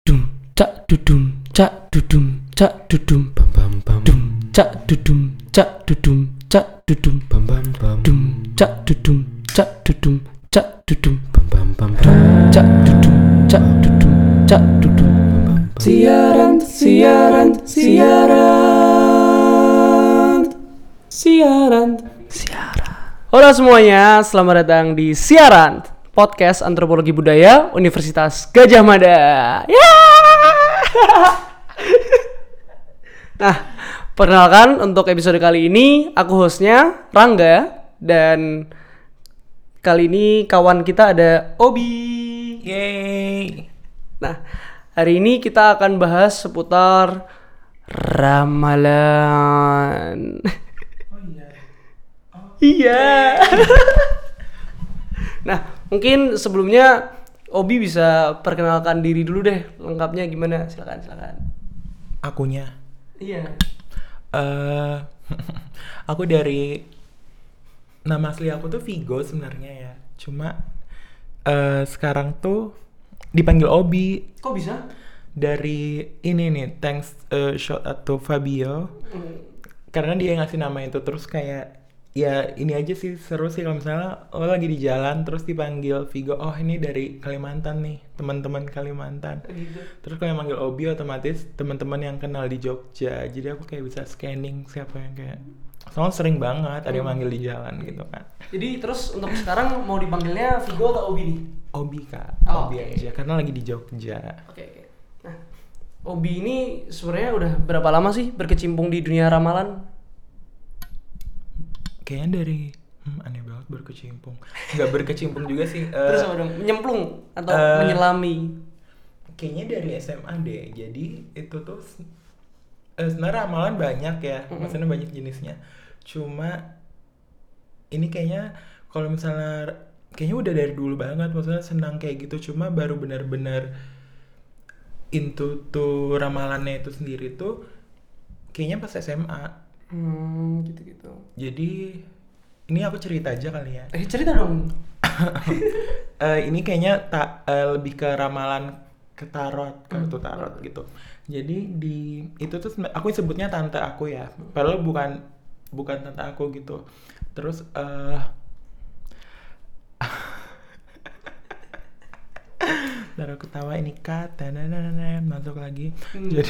Dum cak dudum cak dudum cak dudum Bam bam bam. dum cak dudum cak dudum cak dudum Bam bam bam. dum cak dudum cak dudum cak dudum Bam bam bam. cak dudum cak dudum cak dudum. Siaran siaran siaran siaran siaran. Halo semuanya, selamat datang di Siaran, podcast antropologi budaya Universitas Gadjah Mada. Nah, perkenalkan untuk episode kali ini aku hostnya Rangga, dan kali ini kawan kita ada Obi. Yeay. Nah, hari ini kita akan bahas seputar ramalan. Iya. Nah, mungkin sebelumnya Obi bisa perkenalkan diri dulu deh, lengkapnya gimana? Silakan. Akunya. Iya. Aku dari nama asli aku tuh Vigo sebenarnya ya. Cuma sekarang tuh dipanggil Obi Kok bisa? dari ini nih, thanks shout out to Fabio. Karena dia ngasih nama itu, terus kayak ya ini aja sih, seru sih kalau misalnya lo lagi di jalan terus dipanggil Vigo, oh ini dari Kalimantan nih, teman-teman Kalimantan. Gitu. Terus kalau yang manggil Obi otomatis teman-teman yang kenal di Jogja, jadi aku kayak bisa scanning siapa yang kayak, soalnya sering banget ada yang manggil di jalan gitu kan. Jadi terus untuk sekarang mau dipanggilnya Vigo atau Obi nih? Obi kak, Oh, Obi oke. aja karena lagi di Jogja. Oke. Nah, Obi ini sebenarnya udah berapa lama sih berkecimpung di dunia ramalan? Kayaknya dari aneh banget berkecimpung, nggak berkecimpung juga sih. Terus apa dong? Menyemplung atau eh, menyelami? Kayaknya dari SMA deh. Jadi itu tuh sebenarnya ramalan banyak ya, maksudnya banyak jenisnya. Cuma ini kayaknya kalau misalnya kayaknya udah dari dulu banget, maksudnya senang kayak gitu. Cuma baru benar-benar into tuh ramalannya itu sendiri tuh kayaknya pas SMA. Gitu-gitu. Jadi ini aku cerita aja kali ya. Cerita dong. Ini kayaknya lebih ke ramalan ke tarot, kartu tarot gitu. Jadi di itu tuh aku sebutnya tante aku ya, padahal bukan tante aku gitu. Terus baru ketawa ini kata masuk lagi. Jadi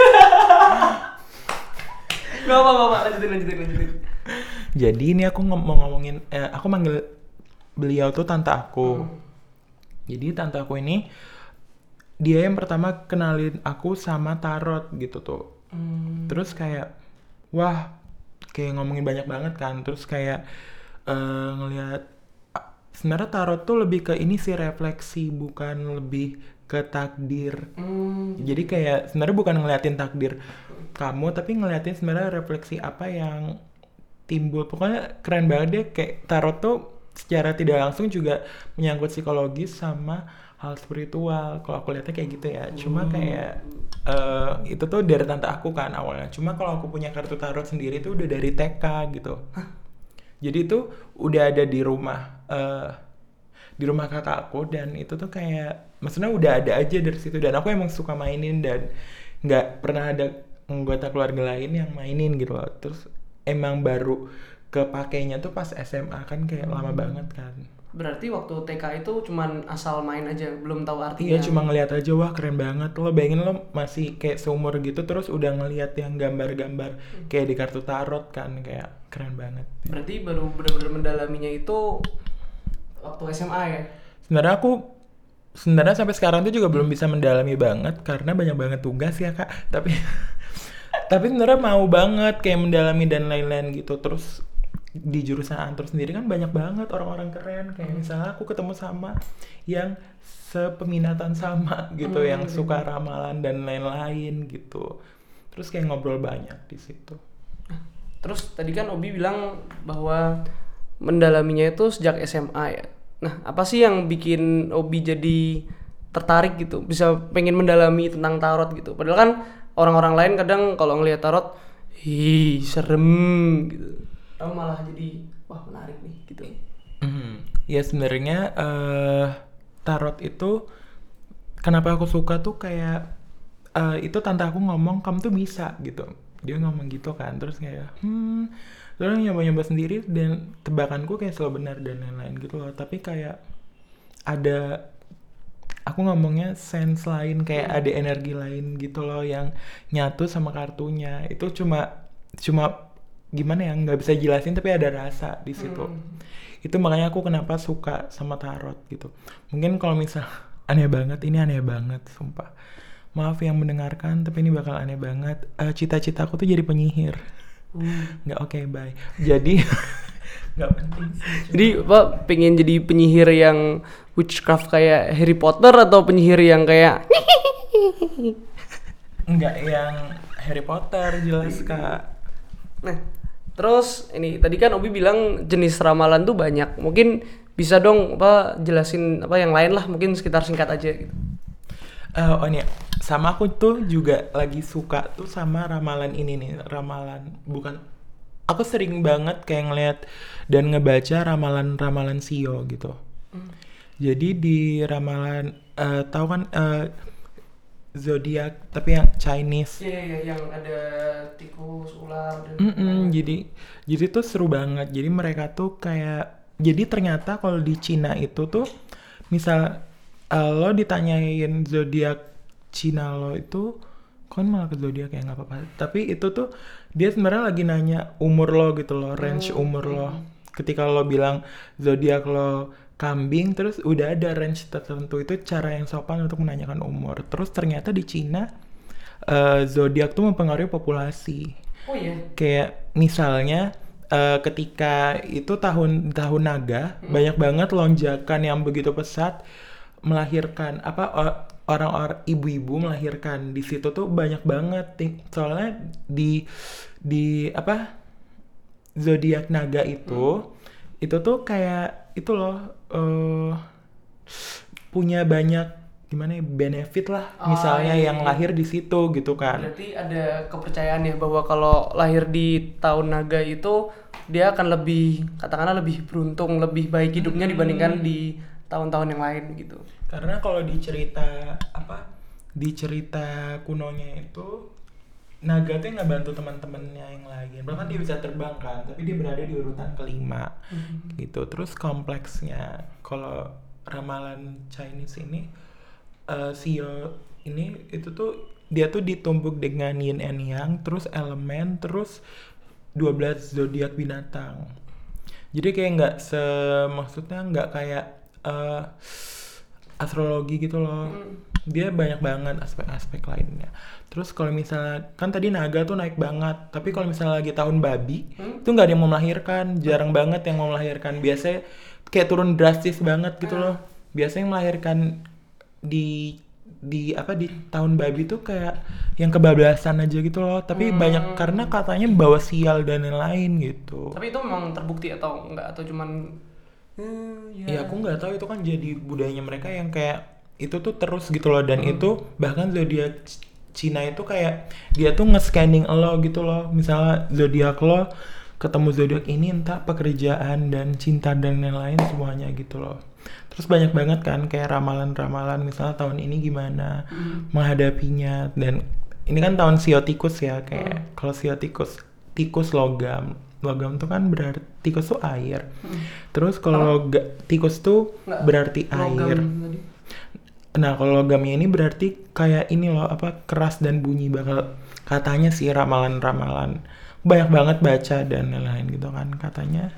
Gak apa, lanjutin. jadi ini aku mau ngomongin, aku manggil beliau tuh tante aku. Jadi tante aku ini dia yang pertama kenalin aku sama tarot gitu tuh. Terus kayak wah, kayak ngomongin banyak banget kan. Terus kayak ngelihat sebenarnya tarot tuh lebih ke ini sih, refleksi, bukan lebih ke takdir. Jadi kayak sebenarnya bukan ngeliatin takdir kamu, tapi ngeliatin sebenarnya refleksi apa yang timbul. Pokoknya keren banget deh, kayak tarot tuh secara tidak langsung juga menyangkut psikologis sama hal spiritual. Kalau aku lihatnya kayak gitu ya. Cuma kayak itu tuh dari tante aku kan awalnya. Cuma kalau aku punya kartu tarot sendiri tuh udah dari TK gitu. Jadi itu udah ada di rumah kakak aku, dan itu tuh kayak maksudnya udah ada aja dari situ, dan aku emang suka mainin dan nggak pernah ada anggota keluarga lain yang mainin gitu loh. Terus emang baru kepakainya tuh pas SMA kan, kayak lama banget kan. Berarti waktu TK itu cuman asal main aja, belum tahu artinya. Iya, cuma ngeliat aja, wah keren banget. Lo bayangin lo masih kayak seumur gitu terus udah ngeliat yang gambar-gambar kayak di kartu tarot kan, kayak keren banget. Berarti baru benar-benar mendalaminya itu waktu SMA ya? Sebenarnya sampai sekarang tuh juga belum bisa mendalami banget karena banyak banget tugas ya kak. Tapi sebenarnya mau banget kayak mendalami dan lain-lain gitu. Terus di jurusan antro sendiri kan banyak banget orang-orang keren. Kayak misalnya aku ketemu sama yang sepeminatan sama gitu, yang suka ramalan dan lain-lain gitu. Terus kayak ngobrol banyak di situ. Terus tadi kan Obi bilang bahwa mendalaminya itu sejak SMA ya. Nah, apa sih yang bikin Obi jadi tertarik gitu, bisa pengen mendalami tentang tarot gitu? Padahal kan orang-orang lain kadang kalau ngelihat tarot, serem gitu. Kamu malah jadi wah menarik nih gitu. Ya sebenarnya tarot itu kenapa aku suka tuh kayak itu tante aku ngomong kamu tuh bisa gitu, dia ngomong gitu kan, terus kayak terus nyoba-nyoba sendiri dan tebakanku kayak selalu benar dan lain-lain gitu loh. Tapi kayak ada, aku ngomongnya sense lain, kayak ada energi lain gitu loh yang nyatu sama kartunya. Itu cuma gimana ya, nggak bisa jelasin tapi ada rasa di situ. Itu makanya aku kenapa suka sama tarot gitu. Mungkin kalau misal aneh banget, ini aneh banget sumpah, maaf yang mendengarkan tapi ini bakal aneh banget. Cita-citaku tuh jadi penyihir. Nggak, oke, bye. Jadi nggak penting sih. Jadi Pak pengen jadi penyihir yang witchcraft kayak Harry Potter atau penyihir yang kayak Nggak yang Harry Potter, jelas Kak. Nah, terus ini tadi kan Obi bilang jenis ramalan tuh banyak. Mungkin bisa dong apa jelasin apa yang lain lah, mungkin sekitar singkat aja gitu. Oh nih, sama aku tuh juga lagi suka tuh sama ramalan ini nih, ramalan bukan. Aku sering banget kayak ngeliat dan ngebaca ramalan-ramalan Sio gitu. Jadi di ramalan, tahu kan zodiak tapi yang Chinese. Iya, yang ada tikus, ular dan Jadi tuh seru banget. Jadi mereka tuh kayak, jadi ternyata kalau di Cina itu tuh misal lo ditanyain zodiak Cina lo itu, kan malah ke zodiak ya nggak apa-apa. Tapi itu tuh dia sebenarnya lagi nanya umur lo gitu loh, range umur lo. Ketika lo bilang zodiak lo kambing, terus udah ada range tertentu, itu cara yang sopan untuk menanyakan umur. Terus ternyata di Cina zodiak tuh mempengaruhi populasi. Oh iya. Kayak misalnya ketika itu tahun naga, banyak banget lonjakan yang begitu pesat melahirkan orang-orang ibu-ibu melahirkan di situ tuh banyak banget. Soalnya di zodiak naga itu tuh kayak itu loh, punya banyak gimana ya, benefit lah, misalnya yang lahir di situ gitu kan. Berarti ada kepercayaan ya bahwa kalau lahir di tahun naga itu dia akan lebih, katakanlah lebih beruntung, lebih baik hidupnya dibandingkan di tahun-tahun yang lain gitu. Karena kalau di cerita kunonya itu naga tuh nggak bantu teman-temannya yang lain. Bahkan dia bisa terbang kan, tapi dia berada di urutan kelima gitu. Terus kompleksnya kalau ramalan Chinese ini, Sio ini itu tuh dia tuh ditumbuk dengan yin and yang, terus elemen, terus 12 zodiak binatang. Jadi kayak maksudnya nggak kayak astrologi gitu loh. Dia banyak banget aspek-aspek lainnya. Terus kalau misalnya kan tadi naga tuh naik banget, tapi kalau misalnya lagi tahun babi itu nggak ada yang mau melahirkan, jarang banget yang mau melahirkan. Biasanya kayak turun drastis banget gitu loh. Biasanya yang melahirkan di tahun babi tuh kayak yang kebablasan aja gitu loh. Tapi banyak karena katanya bawa sial dan lain-lain gitu. Tapi itu memang terbukti atau enggak, atau cuman ya aku nggak tahu, itu kan jadi budayanya mereka yang kayak itu tuh terus gitu loh. Dan itu bahkan zodiak Cina itu kayak dia tuh nge-scanning lo gitu loh. Misalnya zodiak lo ketemu zodiak ini, entah pekerjaan dan cinta dan lain-lain semuanya gitu loh. Terus banyak banget kan kayak ramalan-ramalan, misalnya tahun ini gimana menghadapinya. Dan ini kan tahun Sio tikus ya, kayak kalau Sio tikus logam tuh kan berarti tikus tuh air. Terus kalau tikus tuh berarti air. Nah kalau logamnya ini berarti kayak ini loh, keras dan bunyi, bakal katanya sih ramalan-ramalan banyak banget baca dan lain-lain gitu kan katanya.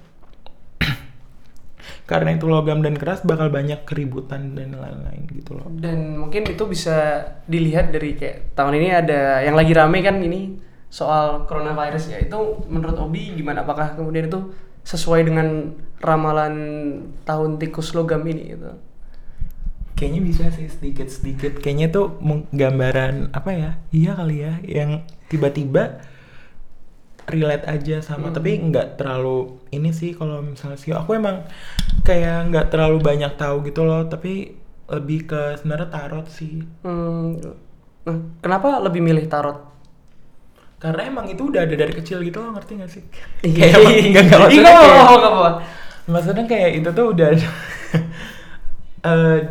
Karena itu logam dan keras bakal banyak keributan dan lain-lain gitu loh. Dan mungkin itu bisa dilihat dari kayak tahun ini ada yang lagi rame kan ini soal coronavirus ya. Itu menurut Obi gimana? Apakah kemudian itu sesuai dengan ramalan tahun tikus logam ini gitu? Kayaknya bisa sih sedikit-sedikit. Kayaknya tuh gambaran apa ya? Iya kali ya, yang tiba-tiba relate aja sama, tapi nggak terlalu ini sih. Kalau misalnya sih aku emang kayak nggak terlalu banyak tahu gitu loh, tapi lebih ke sebenarnya tarot sih. Nah, kenapa lebih milih tarot? Karena emang itu udah ada dari kecil gitu loh, ngerti nggak sih? Iya, maksudnya kayak apa? Maksudnya kayak itu tuh udah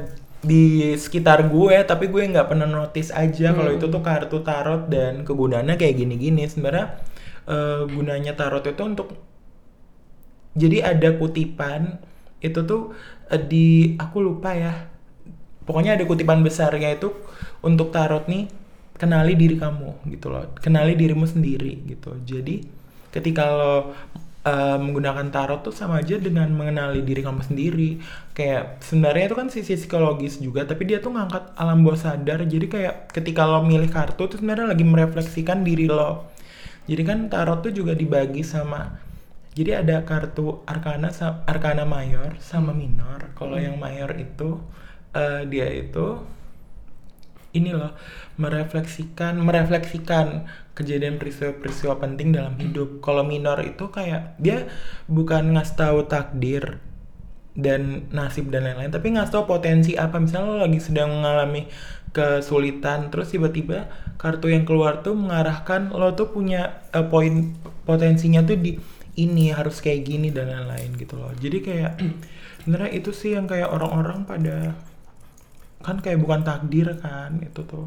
di sekitar gue, tapi gue nggak pernah notice aja kalau itu tuh kartu tarot dan kegunaannya kayak gini-gini. Sebenarnya gunanya tarot itu untuk, jadi ada kutipan itu tuh di, aku lupa ya, pokoknya ada kutipan besarnya itu untuk tarot nih, kenali diri kamu gitu loh, kenali dirimu sendiri gitu. Jadi ketika lo menggunakan tarot tuh sama aja dengan mengenali diri kamu sendiri. Kayak sebenarnya itu kan sisi psikologis juga, tapi dia tuh ngangkat alam bawah sadar. Jadi kayak ketika lo milih kartu tuh sebenarnya lagi merefleksikan diri lo. Jadi kan tarot tuh juga dibagi sama, jadi ada kartu arkana mayor sama minor. Kalau yang mayor itu dia itu ini loh, merefleksikan kejadian peristiwa penting dalam hidup. Kalau minor itu kayak dia bukan ngasih tahu takdir dan nasib dan lain-lain, tapi ngasih tahu potensi apa. Misalnya lo lagi sedang mengalami kesulitan, terus tiba-tiba kartu yang keluar tuh mengarahkan lo tuh punya poin potensinya tuh di ini, harus kayak gini dan lain-lain gitu loh. Jadi kayak sebenarnya itu sih yang kayak orang-orang pada, kan kayak bukan takdir kan itu tuh.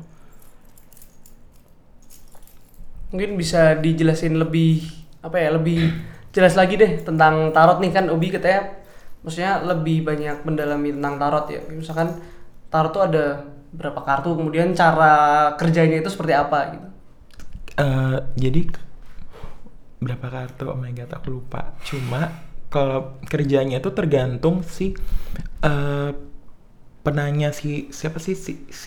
Mungkin bisa dijelasin lebih apa ya, lebih jelas lagi deh tentang tarot nih. Kan Obi katanya maksudnya lebih banyak mendalami tentang tarot ya. Misalkan tarot tuh ada berapa kartu, kemudian cara kerjanya itu seperti apa gitu. Jadi berapa kartu? Oh my god, aku lupa. Cuma kalau kerjanya itu tergantung si penanya, siapa sih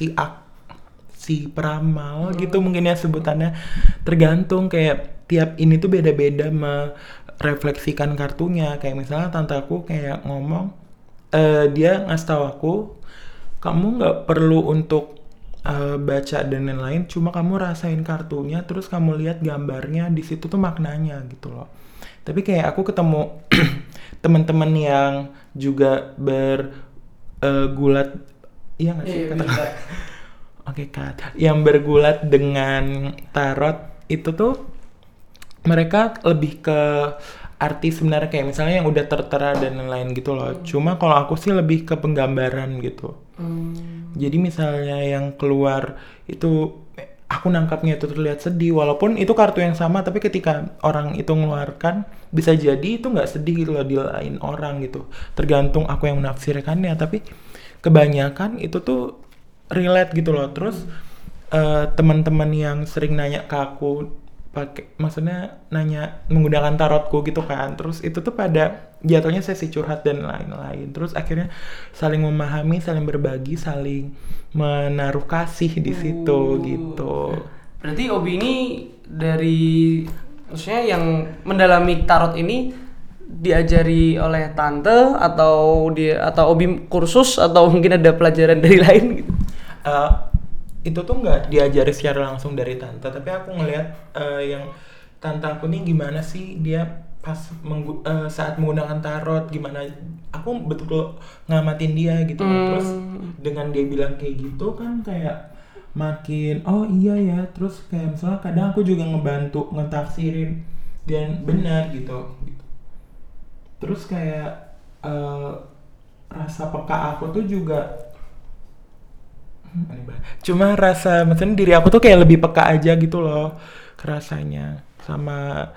si peramal gitu mungkin ya sebutannya. Tergantung, kayak tiap ini tuh beda-beda merefleksikan kartunya. Kayak misalnya tante aku kayak ngomong, dia ngasih tahu aku, kamu nggak perlu untuk baca dan lain-lain, cuma kamu rasain kartunya, terus kamu lihat gambarnya di situ tuh maknanya gitu loh. Tapi kayak aku ketemu teman-teman yang juga bergulat, iya nggak sih kata? Oke, Kak. Yang bergulat dengan tarot itu tuh mereka lebih ke arti sebenarnya, kayak misalnya yang udah tertera dan lain-lain gitu loh. Cuma kalau aku sih lebih ke penggambaran gitu. Jadi misalnya yang keluar itu aku nangkapnya itu terlihat sedih, walaupun itu kartu yang sama, tapi ketika orang itu mengeluarkan bisa jadi itu nggak sedih gitu loh di lain orang gitu. Tergantung aku yang menafsirkannya, tapi kebanyakan itu tuh relate gitu loh. Terus teman-teman yang sering nanya ke aku, maksudnya nanya menggunakan tarotku gitu kan, terus itu tuh pada jatuhnya sesi curhat dan lain-lain. Terus akhirnya saling memahami, saling berbagi, saling menaruh kasih di situ gitu. Berarti Obi ini dari, maksudnya yang mendalami tarot ini diajari oleh tante atau Obi kursus, atau mungkin ada pelajaran dari lain gitu? Itu tuh nggak diajari secara langsung dari tante, tapi aku ngelihat yang tante aku nih gimana sih dia pas saat menggunakan tarot, gimana aku betul ngamatin dia gitu. Terus dengan dia bilang kayak gitu kan kayak makin oh iya ya. Terus kayak misalnya kadang aku juga ngebantu ngetafsirin dan benar gitu. Terus kayak rasa peka aku tuh juga cuma rasa, maksudnya diri aku tuh kayak lebih peka aja gitu loh kerasanya sama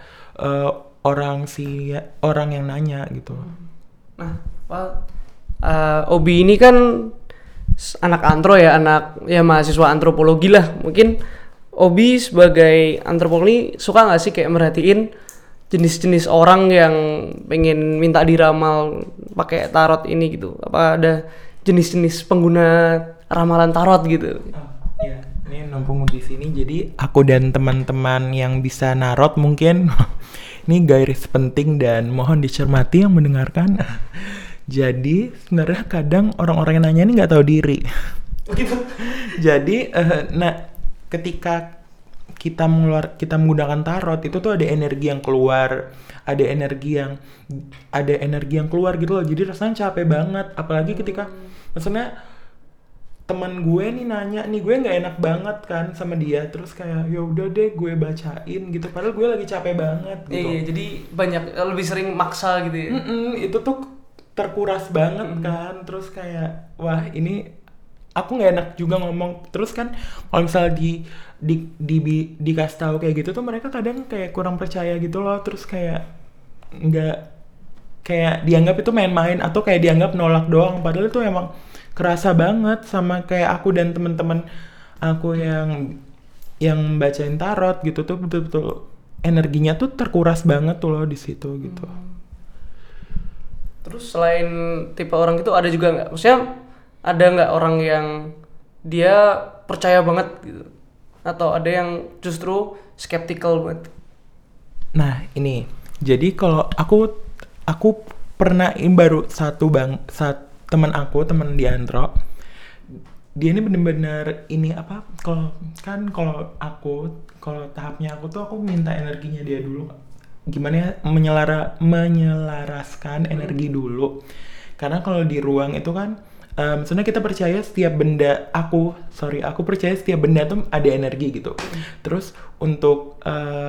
orang yang nanya gitu. Nah, Obi ini kan anak antro ya, anak ya mahasiswa antropologi lah. Mungkin Obi sebagai antropolog ini suka nggak sih kayak merhatiin jenis-jenis orang yang pengen minta diramal pakai tarot ini gitu? Apa ada jenis-jenis pengguna ramalan tarot gitu? Iya, ini numpung di sini. Jadi aku dan teman-teman yang bisa narot mungkin ini garis penting dan mohon dicermati yang mendengarkan. Jadi sebenarnya kadang orang-orang yang nanya ini nggak tahu diri. Gitu. Jadi ketika kita menggunakan tarot itu tuh ada energi yang keluar, ada energi yang keluar gitu loh. Jadi rasanya capek banget, apalagi ketika maksudnya teman gue nih nanya nih, gue nggak enak banget kan sama dia, terus kayak ya udah deh gue bacain gitu, padahal gue lagi capek banget gitu. Iya, jadi banyak lebih sering maksa gitu ya. Itu tuh terkuras banget kan, terus kayak wah ini aku nggak enak juga ngomong. Terus kan kalau misalnya dikasih tahu kayak gitu tuh mereka kadang kayak kurang percaya gitu loh. Terus kayak nggak, kayak dianggap itu main-main atau kayak dianggap nolak doang, padahal itu emang kerasa banget sama kayak aku dan teman-teman aku yang bacain tarot gitu tuh, betul-betul energinya tuh terkuras banget tuh loh di situ gitu. Terus selain tipe orang itu ada juga nggak? Maksudnya ada nggak orang yang dia percaya banget gitu? Atau ada yang justru skeptical banget? Nah ini, jadi kalau aku pernah baru teman aku, teman di Andro, dia ini bener-bener ini apa, kalau tahapnya aku tuh aku minta energinya dia dulu, gimana ya, menyelaraskan energi dulu, karena kalau di ruang itu kan maksudnya kita percaya setiap benda, aku percaya setiap benda tuh ada energi gitu. Terus untuk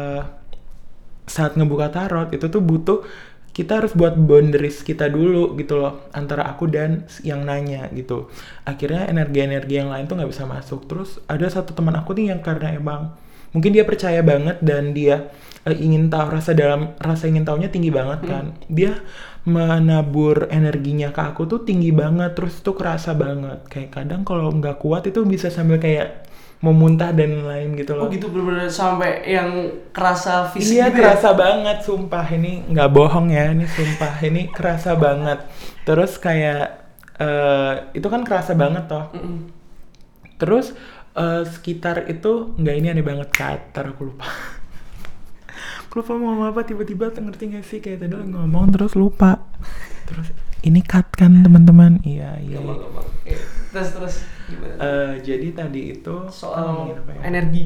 saat ngebuka tarot itu tuh butuh, kita harus buat boundaries kita dulu gitu loh, antara aku dan yang nanya gitu. Akhirnya energi-energi yang lain tuh nggak bisa masuk. Terus ada satu teman aku nih yang karena emang mungkin dia percaya banget dan dia ingin tahu, rasa ingin taunya tinggi banget kan. Dia menabur energinya ke aku tuh tinggi banget, terus tuh kerasa banget. Kayak kadang kalau nggak kuat itu bisa sambil kayak mau muntah dan lain gitu loh. Oh gitu, bener-bener sampai yang kerasa fisik Iya, gitu kerasa ya? banget, sumpah. Ini nggak bohong ya, ini sumpah. Ini kerasa banget. Terus kayak itu kan kerasa banget toh. Terus sekitar itu, nggak, ini aneh banget, Kak. Aku lupa. Aku lupa mau ngomong apa, tiba-tiba ngerti nggak sih, kayak tadi ngomong terus lupa. Terus ini cut kan teman-teman? Iya. Gampang. Terus gimana? Jadi tadi itu Soal ngomongin apa ya? energi.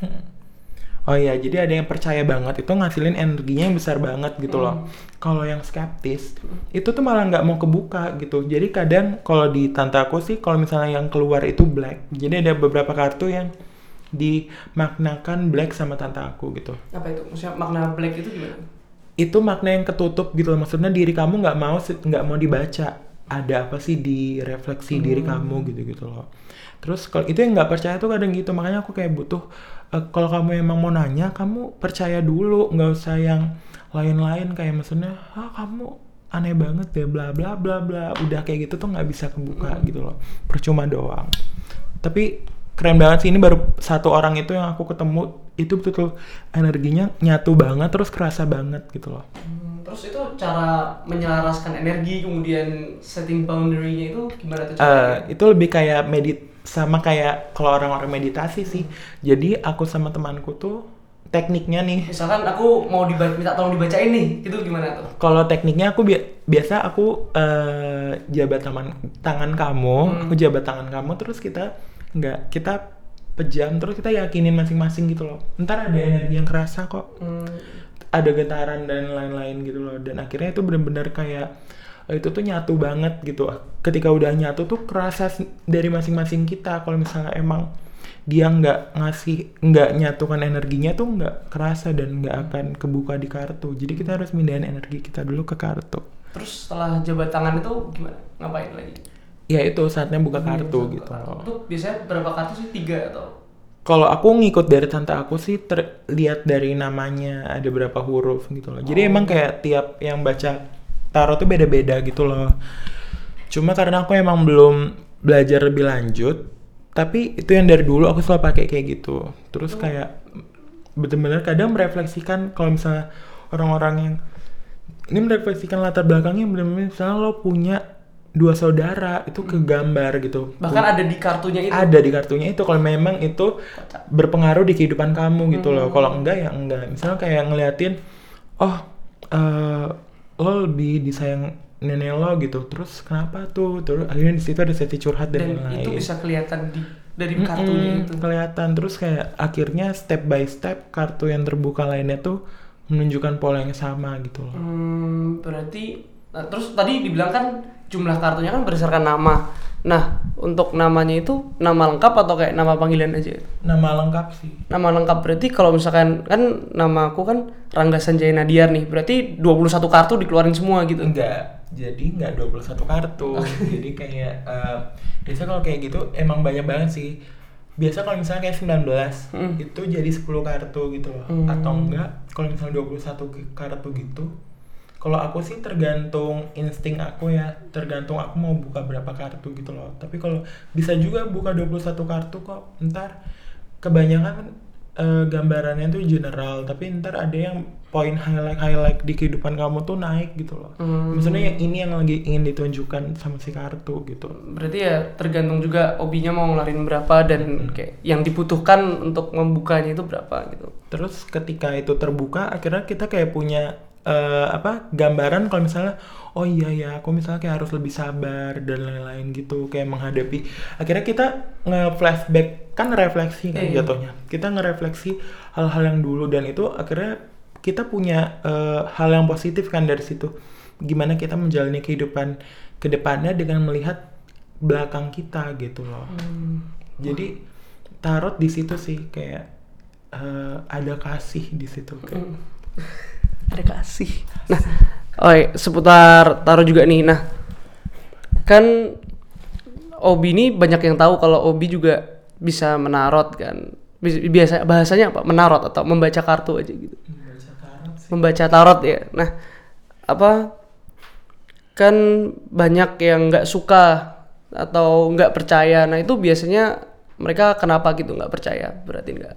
Oh iya, jadi ada yang percaya banget itu ngasilin energinya yang besar banget gitu loh. Kalau yang skeptis itu tuh malah nggak mau kebuka gitu. Jadi kadang kalau di tante aku sih, kalau misalnya yang keluar itu black. Jadi ada beberapa kartu yang dimaknakan black sama tante aku gitu. Apa itu? Maksudnya makna black itu gimana? Itu makna yang ketutup gitu loh. Maksudnya diri kamu nggak mau dibaca. Ada apa sih di refleksi diri kamu gitu loh. Terus kalau itu yang nggak percaya tuh kadang gitu. Makanya aku kayak butuh, kalau kamu emang mau nanya, kamu percaya dulu, nggak usah yang lain-lain, kayak maksudnya kamu aneh banget deh, bla bla bla bla. Udah kayak gitu tuh nggak bisa kebuka gitu loh. Percuma doang. Tapi keren banget sih, ini baru satu orang itu yang aku ketemu, itu betul-betul energinya nyatu banget, terus kerasa banget gitu loh. Terus itu cara menyelaraskan energi, kemudian setting boundary-nya itu gimana tuh caranya? Itu lebih kayak sama kayak kalau orang-orang meditasi sih. Jadi aku sama temanku tuh tekniknya nih. Misalkan aku mau minta tolong dibacain nih, itu gimana tuh? Kalau tekniknya aku biasa aku jabat tangan kamu, aku jabat tangan kamu, terus kita pejam, terus kita yakinin masing-masing gitu loh. Ntar ada energi yang kerasa kok. Ada getaran dan lain-lain gitu loh. Dan akhirnya itu benar-benar kayak itu tuh nyatu banget gitu. Ketika udah nyatu tuh kerasa dari masing-masing kita. Kalau misalnya emang dia nggak nyatukan energinya tuh nggak kerasa dan nggak akan kebuka di kartu. Jadi kita harus mindahin energi kita dulu ke kartu. Terus setelah jabat tangan itu gimana? Ngapain lagi? Ya itu saatnya buka kartu gitu loh. Itu biasanya berapa kartu sih? 3 atau? Kalau aku ngikut dari tante aku sih, lihat dari namanya ada berapa huruf gitu loh. Jadi emang kayak tiap yang baca tarot tuh beda-beda gitu loh. Cuma karena aku emang belum belajar lebih lanjut, tapi itu yang dari dulu aku selalu pakai kayak gitu. Terus kayak bener-bener kadang merefleksikan, kalau misalnya orang-orang yang ini merefleksikan latar belakangnya, bener-bener misalnya lo punya 2 saudara, itu kegambar gitu. Bahkan ada di kartunya itu? Ada di kartunya itu, kalau memang itu berpengaruh di kehidupan kamu gitu loh. Kalau enggak ya enggak. Misalnya kayak ngeliatin, lo lebih disayang nenek lo gitu, terus kenapa tuh, terus akhirnya di situ ada sesi curhat dan lain-lain. Itu bisa kelihatan dari kartunya itu. Kelihatan, terus kayak akhirnya step by step kartu yang terbuka lainnya tuh menunjukkan pola yang sama gitu loh. Berarti terus tadi dibilang kan jumlah kartunya kan berdasarkan nama. Nah, untuk namanya itu nama lengkap atau kayak nama panggilan aja? Nama lengkap sih. Nama lengkap berarti kalau misalkan kan nama aku kan Rangga Sanjaya Nadiar nih, berarti 21 kartu dikeluarin semua gitu. Enggak, jadi enggak 21 kartu. Jadi kayak biasa kalau kayak gitu emang banyak banget sih. Biasa kalau misalnya kayak 19 itu jadi 10 kartu gitu loh. Atau enggak kalau misalnya 21 kartu gitu. Kalau aku sih tergantung insting aku ya, tergantung aku mau buka berapa kartu gitu loh. Tapi kalau bisa juga buka 21 kartu kok. Ntar kebanyakan gambarannya tuh general, tapi ntar ada yang poin highlight di kehidupan kamu tuh naik gitu loh. Maksudnya yang ini yang lagi ingin ditunjukkan sama si kartu gitu. Berarti ya tergantung juga obinya mau ngeluarin berapa dan kayak yang dibutuhkan untuk membukanya itu berapa gitu. Terus ketika itu terbuka, akhirnya kita kayak punya gambaran kalau misalnya oh iya ya aku misalnya kayak harus lebih sabar dan lain-lain gitu, kayak menghadapi, akhirnya kita nge-flashback kan, refleksi kan jatuhnya, kita ngerefleksi hal-hal yang dulu dan itu akhirnya kita punya hal yang positif kan dari situ, gimana kita menjalani kehidupan kedepannya dengan melihat belakang kita gitu loh. Jadi tarot di situ sih kayak ada kasih di situ kayak. Ada kasih. Nah, seputar tarot juga nih. Nah, kan Obi ini banyak yang tahu kalau Obi juga bisa menarot kan. Biasa bahasanya apa? Menarot atau membaca kartu aja gitu. Membaca tarot sih. Membaca tarot ya. Nah, kan banyak yang nggak suka atau nggak percaya. Nah, itu biasanya mereka kenapa gitu nggak percaya? Berarti nggak?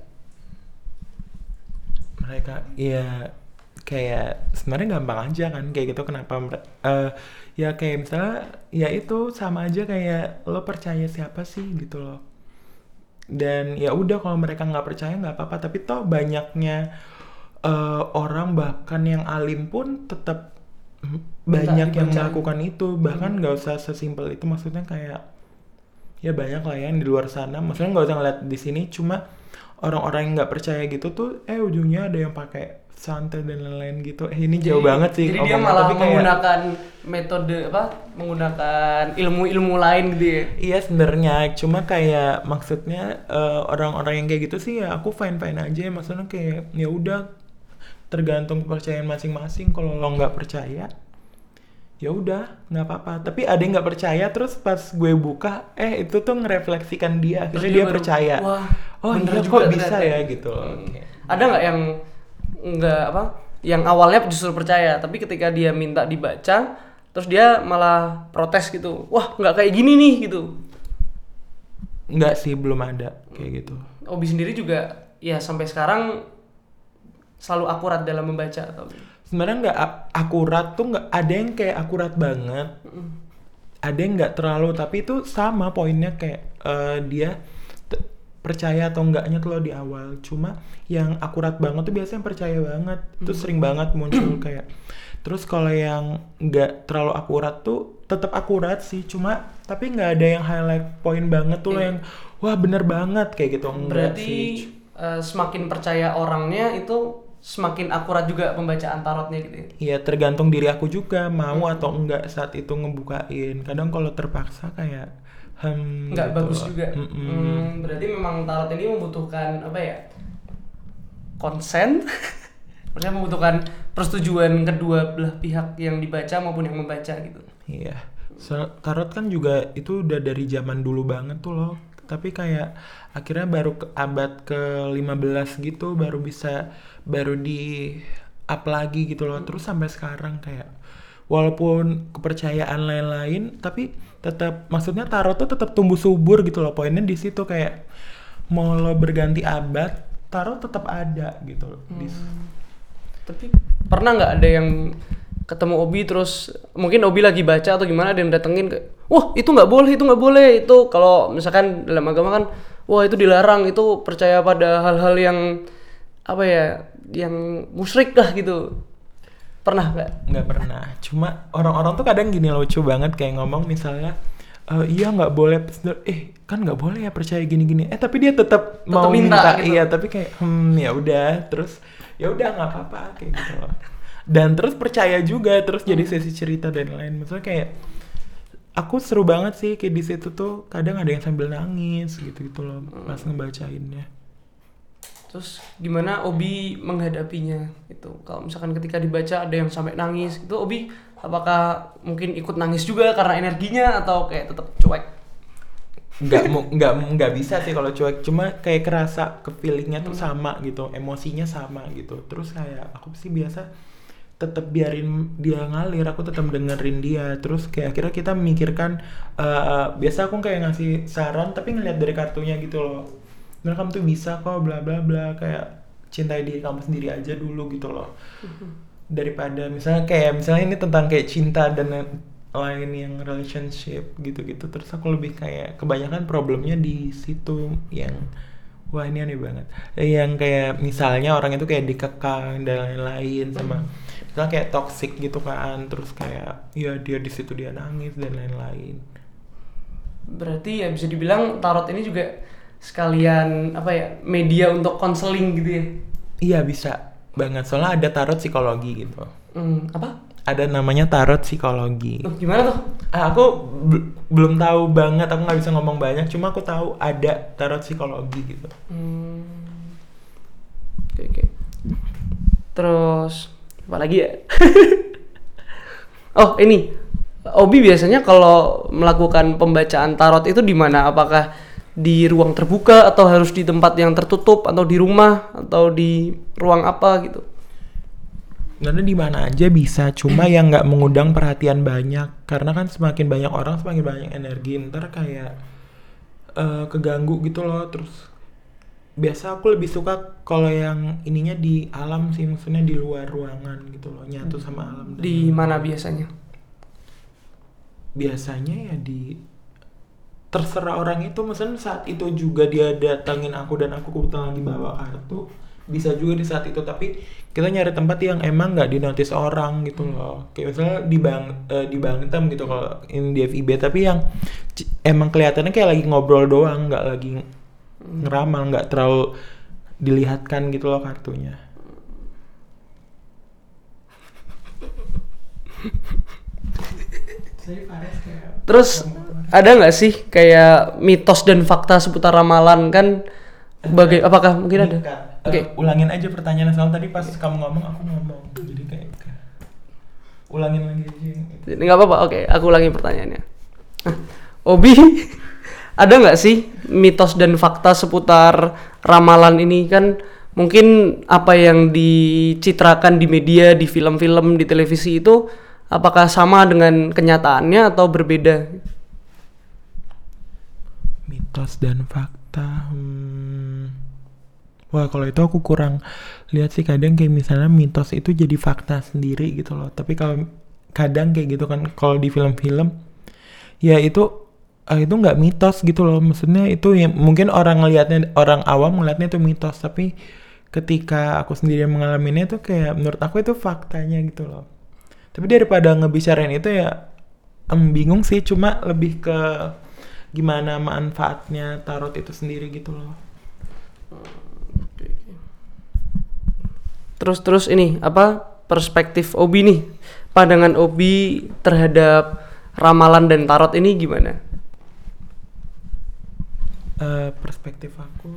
Mereka ya kayak sebenarnya gampang aja kan kayak gitu, kenapa ya kayak misalnya ya itu sama aja kayak lo percaya siapa sih gitu loh, dan ya udah kalau mereka nggak percaya nggak apa-apa, tapi toh banyaknya orang bahkan yang alim pun tetap banyak yang melakukan itu, bahkan nggak usah sesimpel itu, maksudnya kayak ya banyak lah ya yang di luar sana, maksudnya nggak usah ngeliat di sini, cuma orang-orang yang nggak percaya gitu tuh ujungnya ada yang pakai santet dan lain-lain gitu. Ini jauh banget sih. Jadi dia malah menggunakan metode menggunakan ilmu-ilmu lain gitu ya. Iya sebenarnya, cuma kayak maksudnya orang-orang yang kayak gitu sih ya aku fine-fine aja, maksudnya kayak ya udah tergantung kepercayaan masing-masing. Kalau lo nggak percaya ya udah nggak apa-apa, tapi ada yang nggak percaya terus pas gue buka itu tuh ngerefleksikan dia, akhirnya dia percaya. Wah, oh iya kok bisa ya gitu loh. Ada nggak yang nggak yang awalnya justru percaya tapi ketika dia minta dibaca terus dia malah protes gitu, wah nggak kayak gini nih gitu? Nggak sih, belum ada kayak gitu. Obi sendiri juga ya sampai sekarang selalu akurat dalam membaca atau? Sebenarnya nggak akurat tuh, nggak ada yang kayak akurat banget, ada yang nggak terlalu, tapi itu sama poinnya kayak dia percaya atau enggaknya tuh lo di awal. Cuma yang akurat banget tuh biasanya percaya banget, itu sering banget muncul kayak. Terus kalau yang nggak terlalu akurat tuh tetap akurat sih, cuma tapi nggak ada yang highlight poin banget tuh lo yang wah bener banget kayak gitu. Enggak berarti sih. Semakin percaya orangnya itu semakin akurat juga pembacaan tarotnya gitu ya? Iya, tergantung diri aku juga mau atau enggak saat itu ngebukain. Kadang kalau terpaksa kayak nggak gitu bagus loh. juga. Berarti memang tarot ini membutuhkan konsen. Maksudnya membutuhkan persetujuan kedua belah pihak yang dibaca maupun yang membaca gitu. Iya. Tarot kan juga itu udah dari zaman dulu banget tuh loh. Tapi kayak akhirnya baru ke abad ke-15 gitu baru di up lagi gitu loh. Terus sampai sekarang kayak walaupun kepercayaan lain-lain tapi tetap, maksudnya tarot tuh tetap tumbuh subur gitu loh. Poinnya di situ kayak mau lo berganti abad, tarot tetap ada gitu loh. Tapi pernah nggak ada yang ketemu Obi terus mungkin Obi lagi baca atau gimana dan datengin kayak, wah itu nggak boleh, itu kalau misalkan dalam agama kan, wah itu dilarang, itu percaya pada hal-hal yang yang musyrik lah gitu. Pernah nggak? Nggak pernah. Cuma orang-orang tuh kadang gini lucu banget kayak ngomong misalnya, iya nggak boleh, kan nggak boleh ya percaya gini-gini. Tapi dia tetap mau minta gitu. Iya, tapi kayak ya udah, terus ya udah nggak apa-apa kayak gitu loh. Dan terus percaya juga, terus jadi sesi cerita dan lain. Maksudnya kayak aku seru banget sih kayak di situ tuh kadang ada yang sambil nangis gitu loh pas ngebacainnya. Terus gimana Obi menghadapinya itu? Kalau misalkan ketika dibaca ada yang sampai nangis, itu Obi apakah mungkin ikut nangis juga karena energinya atau kayak tetap cuek? Nggak bisa sih kalau cuek, cuma kayak kerasa ke feelingnya tuh sama gitu, emosinya sama gitu. Terus kayak aku sih biasa tetap biarin dia ngalir, aku tetap dengerin dia. Terus kayak akhirnya kita memikirkan, biasa aku kayak ngasih saran tapi ngeliat dari kartunya gitu loh. Nah, kamu tuh bisa kok bla bla bla, kayak cintai diri kamu sendiri aja dulu gitu loh. Daripada misalnya ini tentang kayak cinta dan lain yang relationship gitu-gitu, terus aku lebih kayak kebanyakan problemnya di situ yang wah ini aneh banget, yang kayak misalnya orang itu kayak dikekang dan lain-lain sama misalnya kayak toxic gitu kan, terus kayak ya dia di situ dia nangis dan lain-lain. Berarti ya bisa dibilang tarot ini juga sekalian apa ya, media untuk konseling gitu ya? Iya bisa banget, soalnya ada tarot psikologi gitu. Apa? Ada namanya tarot psikologi. Gimana tuh? Aku belum tahu banget, aku nggak bisa ngomong banyak, cuma aku tahu ada tarot psikologi gitu. Oke. Terus apa lagi ya? Oh ini, Obi biasanya kalau melakukan pembacaan tarot itu di mana? Apakah di ruang terbuka atau harus di tempat yang tertutup atau di rumah atau di ruang apa gitu? Karena di mana aja bisa, cuma yang nggak mengundang perhatian banyak, karena kan semakin banyak orang semakin banyak energi, ntar kayak keganggu gitu loh. Terus biasa aku lebih suka kalau yang ininya di alam sih, maksudnya di luar ruangan gitu loh, nyatu sama alam. Di mana biasanya? Biasanya ya di terserah orang itu, misalnya saat itu juga dia datangin aku dan aku kebetulan lagi bawa kartu, bisa juga di saat itu, tapi kita nyari tempat yang emang nggak dinotis orang gitu loh, kayak misalnya di Bangtem gitu kalau ini di FIB, tapi yang emang kelihatannya kayak lagi ngobrol doang, nggak lagi ngeramal, nggak terlalu dilihatkan gitu loh kartunya. Terus ada nggak sih kayak mitos dan fakta seputar ramalan kan? Apakah mungkin ada? Oke. Ulangin aja pertanyaan soalnya tadi pas kamu ngomong aku ngomong, jadi kayak ulangin lagi aja. Nggak apa-apa. Oke, aku ulangi pertanyaannya. Obi, ada nggak sih mitos dan fakta seputar ramalan ini kan? Mungkin apa yang dicitrakan di media, di film-film, di televisi itu apakah sama dengan kenyataannya atau berbeda? Mitos dan fakta. Wah, kalau itu aku kurang lihat sih, kadang kayak misalnya mitos itu jadi fakta sendiri gitu loh. Tapi kalau kadang kayak gitu kan, kalau di film-film ya itu nggak mitos gitu loh. Maksudnya itu ya mungkin orang awam ngelihatnya itu mitos, tapi ketika aku sendiri yang mengalaminya itu kayak menurut aku itu faktanya gitu loh. Tapi daripada ngebicarain itu ya bingung sih, cuma lebih ke gimana manfaatnya tarot itu sendiri gitu loh. Terus ini apa perspektif Obi nih, pandangan Obi terhadap ramalan dan tarot ini gimana? Perspektif aku,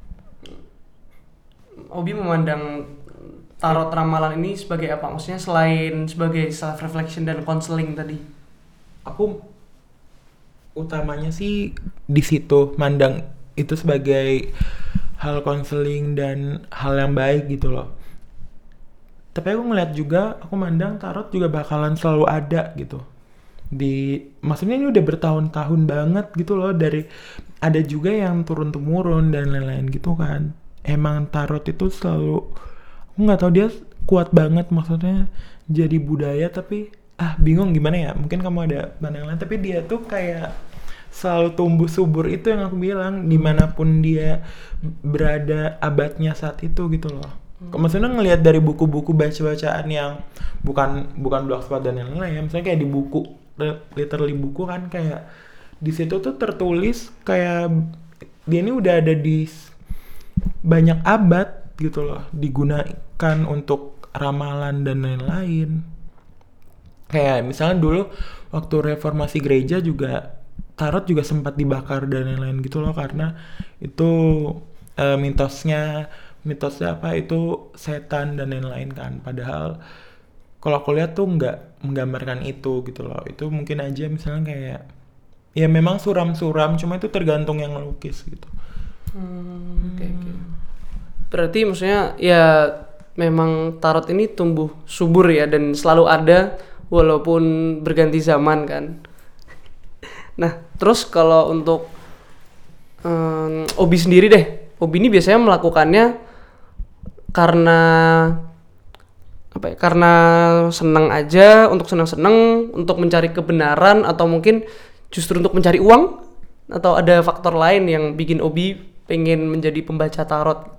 Obi memandang tarot ramalan ini sebagai apa? Maksudnya selain sebagai self reflection dan counseling tadi? Aku utamanya sih di situ mandang itu sebagai hal konseling dan hal yang baik gitu loh. Tapi aku ngeliat juga, aku mandang tarot juga bakalan selalu ada gitu. Maksudnya ini udah bertahun-tahun banget gitu loh, ada juga yang turun-temurun dan lain-lain gitu kan. Emang tarot itu selalu, aku nggak tahu dia kuat banget, maksudnya jadi budaya, tapi bingung gimana ya, mungkin kamu ada pandangan lain, tapi dia tuh kayak selalu tumbuh subur, itu yang aku bilang, dimanapun dia berada abadnya saat itu gitu loh. Maksudnya ngelihat dari buku-buku bacaan yang bukan blogspot dan lain-lain, misalnya kayak di buku, literally buku kan, kayak di situ tuh tertulis kayak dia ini udah ada di banyak abad gitu loh, digunakan untuk ramalan dan lain-lain. Kayak misalnya dulu waktu reformasi gereja juga tarot juga sempat dibakar dan lain-lain gitu loh, karena itu mitosnya apa itu setan dan lain-lain kan. Padahal kalau aku lihat tuh nggak menggambarkan itu gitu loh. Itu mungkin aja misalnya kayak ya memang suram-suram, cuma itu tergantung yang ngelukis gitu. Oke. Berarti maksudnya ya memang tarot ini tumbuh subur ya dan selalu ada walaupun berganti zaman kan. Nah, terus kalau untuk Obi sendiri deh, Obi ini biasanya melakukannya karena apa ya? Karena senang aja, untuk senang-senang, untuk mencari kebenaran, atau mungkin justru untuk mencari uang, atau ada faktor lain yang bikin Obi pengen menjadi pembaca tarot?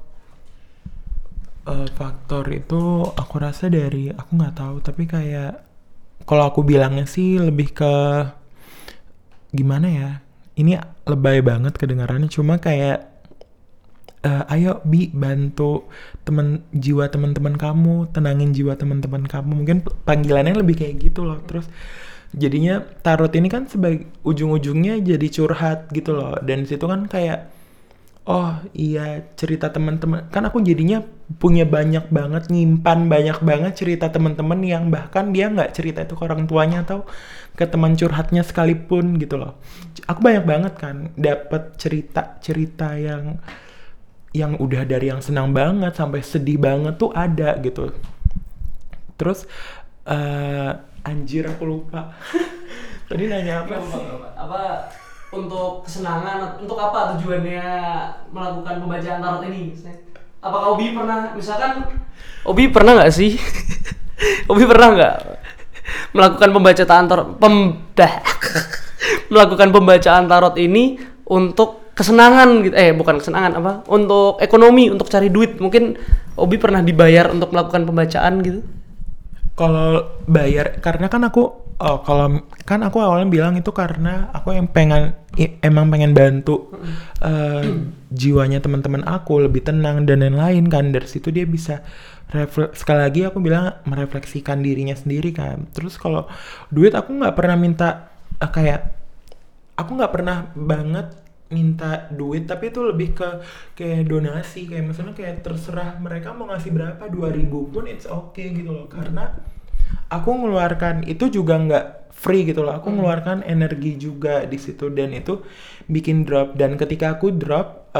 Faktor itu aku rasa dari aku nggak tahu, tapi kayak kalau aku bilangnya sih lebih ke gimana ya, ini lebay banget kedengarannya, cuma kayak ayo Bi bantu jiwa teman-teman kamu, tenangin jiwa teman-teman kamu, mungkin panggilannya lebih kayak gitu loh. Terus jadinya tarot ini kan sebagai ujung-ujungnya jadi curhat gitu loh, dan situ kan kayak oh iya cerita teman-teman, kan aku jadinya punya nyimpan banyak banget cerita teman-teman yang bahkan dia nggak cerita itu ke orang tuanya atau ke teman curhatnya sekalipun gitu loh. Aku banyak banget kan dapet cerita yang udah dari yang senang banget sampai sedih banget tuh ada gitu. Terus anjir aku lupa tadi nanya apa sih? Apa untuk kesenangan, untuk apa tujuannya melakukan pembacaan tarot ini? Apakah Obi pernah, misalkan Obi pernah nggak sih? Obi pernah nggak melakukan pembacaan tarot, melakukan pembacaan tarot ini untuk kesenangan gitu? Bukan kesenangan, apa? Untuk ekonomi, untuk cari duit. Mungkin Obi pernah dibayar untuk melakukan pembacaan gitu? Kalau bayar, karena kan kalau kan aku awalnya bilang itu karena aku yang emang pengen bantu jiwanya teman-teman aku lebih tenang dan lain-lain kan. Dari situ dia bisa sekali lagi aku bilang merefleksikan dirinya sendiri kan. Terus kalau duit aku nggak pernah minta aku nggak pernah banget minta duit, tapi itu lebih ke kayak donasi, kayak misalnya kayak terserah mereka mau ngasih berapa, 2.000 pun it's okay gitu loh, karena aku ngeluarkan itu juga nggak free gitu loh, aku ngeluarkan energi juga di situ, dan itu bikin drop. Dan ketika aku drop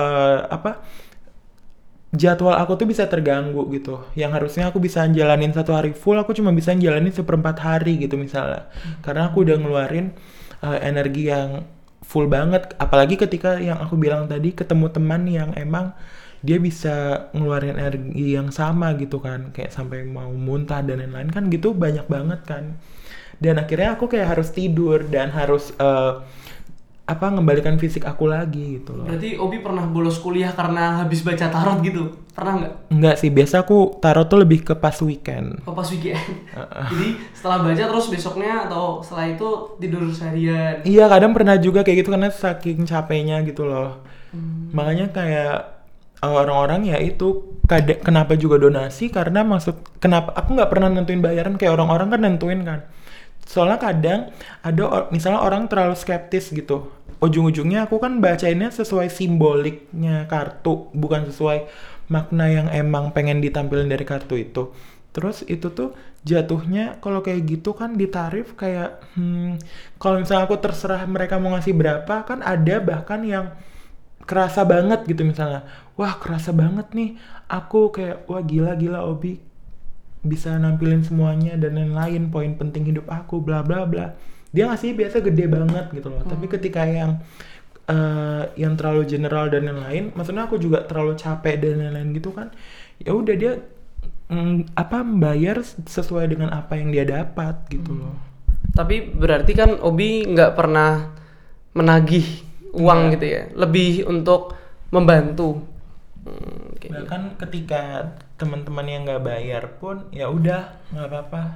jadwal aku tuh bisa terganggu gitu, yang harusnya aku bisa jalanin 1 hari full, aku cuma bisa jalanin 1/4 hari gitu misalnya, karena aku udah ngeluarin energi yang full banget. Apalagi ketika yang aku bilang tadi ketemu teman yang emang dia bisa ngeluarin energi yang sama gitu kan, kayak sampai mau muntah dan lain-lain kan, gitu banyak banget kan. Dan akhirnya aku kayak harus tidur dan harus ngembalikan fisik aku lagi gitu loh. Berarti Obi pernah bolos kuliah karena habis baca tarot gitu? Pernah nggak? Enggak sih, biasa aku tarot tuh lebih ke pas weekend. Oh, pas weekend. Jadi setelah baca terus besoknya atau setelah itu tidur seharian? Iya, kadang pernah juga kayak gitu karena saking capeknya gitu loh. Makanya kayak orang-orang ya itu kenapa juga donasi, karena kenapa aku nggak pernah nentuin bayaran kayak orang-orang kan nentuin kan. Soalnya kadang ada misalnya orang terlalu skeptis gitu, ujung-ujungnya aku kan bacainnya sesuai simboliknya kartu, bukan sesuai makna yang emang pengen ditampilin dari kartu itu. Terus itu tuh jatuhnya kalau kayak gitu kan ditarif kayak kalau misalnya aku terserah mereka mau ngasih berapa, kan ada bahkan yang kerasa banget gitu, misalnya wah kerasa banget nih aku, kayak wah gila Obi bisa nampilin semuanya dan lain-lain, poin penting hidup aku bla bla bla, dia ngasih biasa gede banget gitu loh. Tapi ketika yang terlalu general dan lain-lain, maksudnya aku juga terlalu capek dan lain-lain gitu kan, ya udah dia membayar sesuai dengan apa yang dia dapat gitu loh. Tapi berarti kan Obi nggak pernah menagih uang gitu ya, lebih untuk membantu. Bahkan ketika teman-teman yang nggak bayar pun ya udah nggak apa-apa.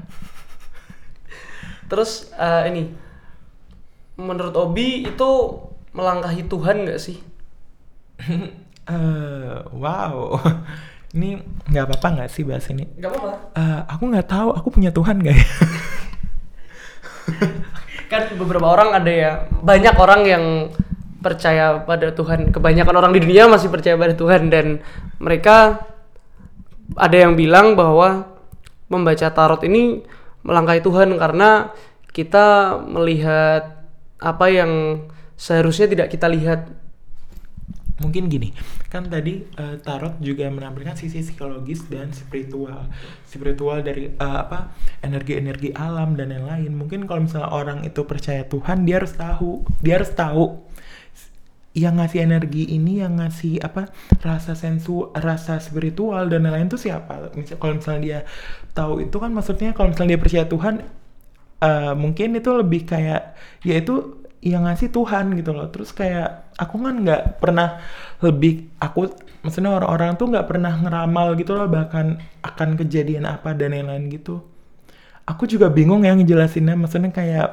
Terus ini menurut Obi itu melangkahi Tuhan nggak sih? Wow, ini nggak apa-apa nggak sih bahas ini? Nggak apa-apa. Aku nggak tahu aku punya Tuhan nggak ya? Kan beberapa orang ada ya, banyak orang yang percaya pada Tuhan, kebanyakan orang di dunia masih percaya pada Tuhan, dan mereka ada yang bilang bahwa membaca tarot ini melangkahi Tuhan karena kita melihat apa yang seharusnya tidak kita lihat. Mungkin gini, kan tadi tarot juga menampilkan sisi psikologis dan spiritual dari energi-energi alam dan lain-lain. Mungkin kalau misalnya orang itu percaya Tuhan, dia harus tahu yang ngasih energi ini, yang ngasih rasa spiritual dan lain-lain itu siapa. Kalau misalnya dia tahu itu kan, maksudnya kalau misalnya dia percaya Tuhan, mungkin itu lebih kayak yaitu yang ngasih Tuhan gitu loh. Terus kayak aku kan nggak pernah maksudnya orang-orang tuh nggak pernah ngeramal gitu loh, bahkan akan kejadian apa dan lain-lain gitu. Aku juga bingung ya ngejelasinnya, maksudnya kayak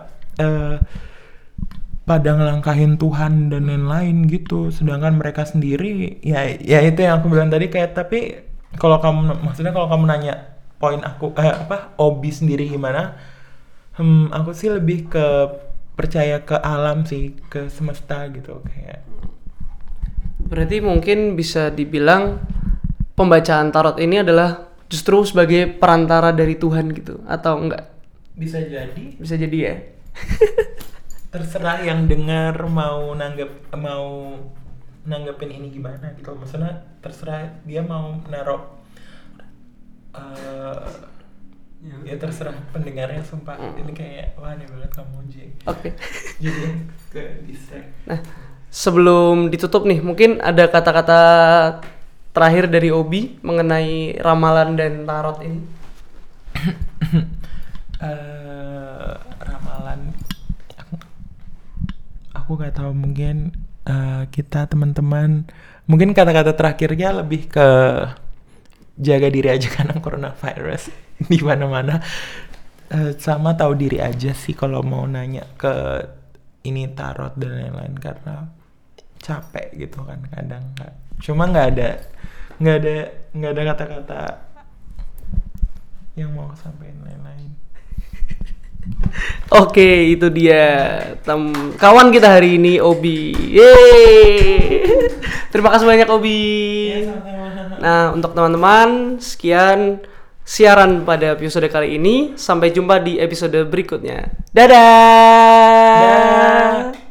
pada ngelangkahin Tuhan dan lain-lain gitu, sedangkan mereka sendiri ya itu yang aku bilang tadi kayak. Tapi kalau kamu nanya poin aku Obi sendiri gimana, aku sih lebih ke percaya ke alam sih, ke semesta gitu kayak. Berarti mungkin bisa dibilang pembacaan tarot ini adalah justru sebagai perantara dari Tuhan gitu, atau enggak? Bisa jadi. Bisa jadi ya. Terserah yang dengar mau nanggepin ini gimana gitu. Maksudnya terserah dia mau naruh ya terserah pendengarnya, sumpah. Ini kayak wah aneh banget kamu Ji. Oke. Jadi ke distract. Nah, sebelum ditutup nih, mungkin ada kata-kata terakhir dari Obi mengenai ramalan dan tarot ini. Ramalan aku nggak tahu, mungkin kita teman-teman mungkin kata-kata terakhirnya lebih ke jaga diri aja karena coronavirus di mana-mana, sama tahu diri aja sih kalau mau nanya ke ini tarot dan lain-lain, karena capek gitu kan kadang. Cuma nggak ada kata-kata yang mau sampaikan lain-lain. Oke, itu dia kawan kita hari ini, Obi. Yeay. Terima kasih banyak, Obi. Nah, untuk teman-teman, sekian siaran pada episode kali ini. Sampai jumpa di episode berikutnya. Dadah.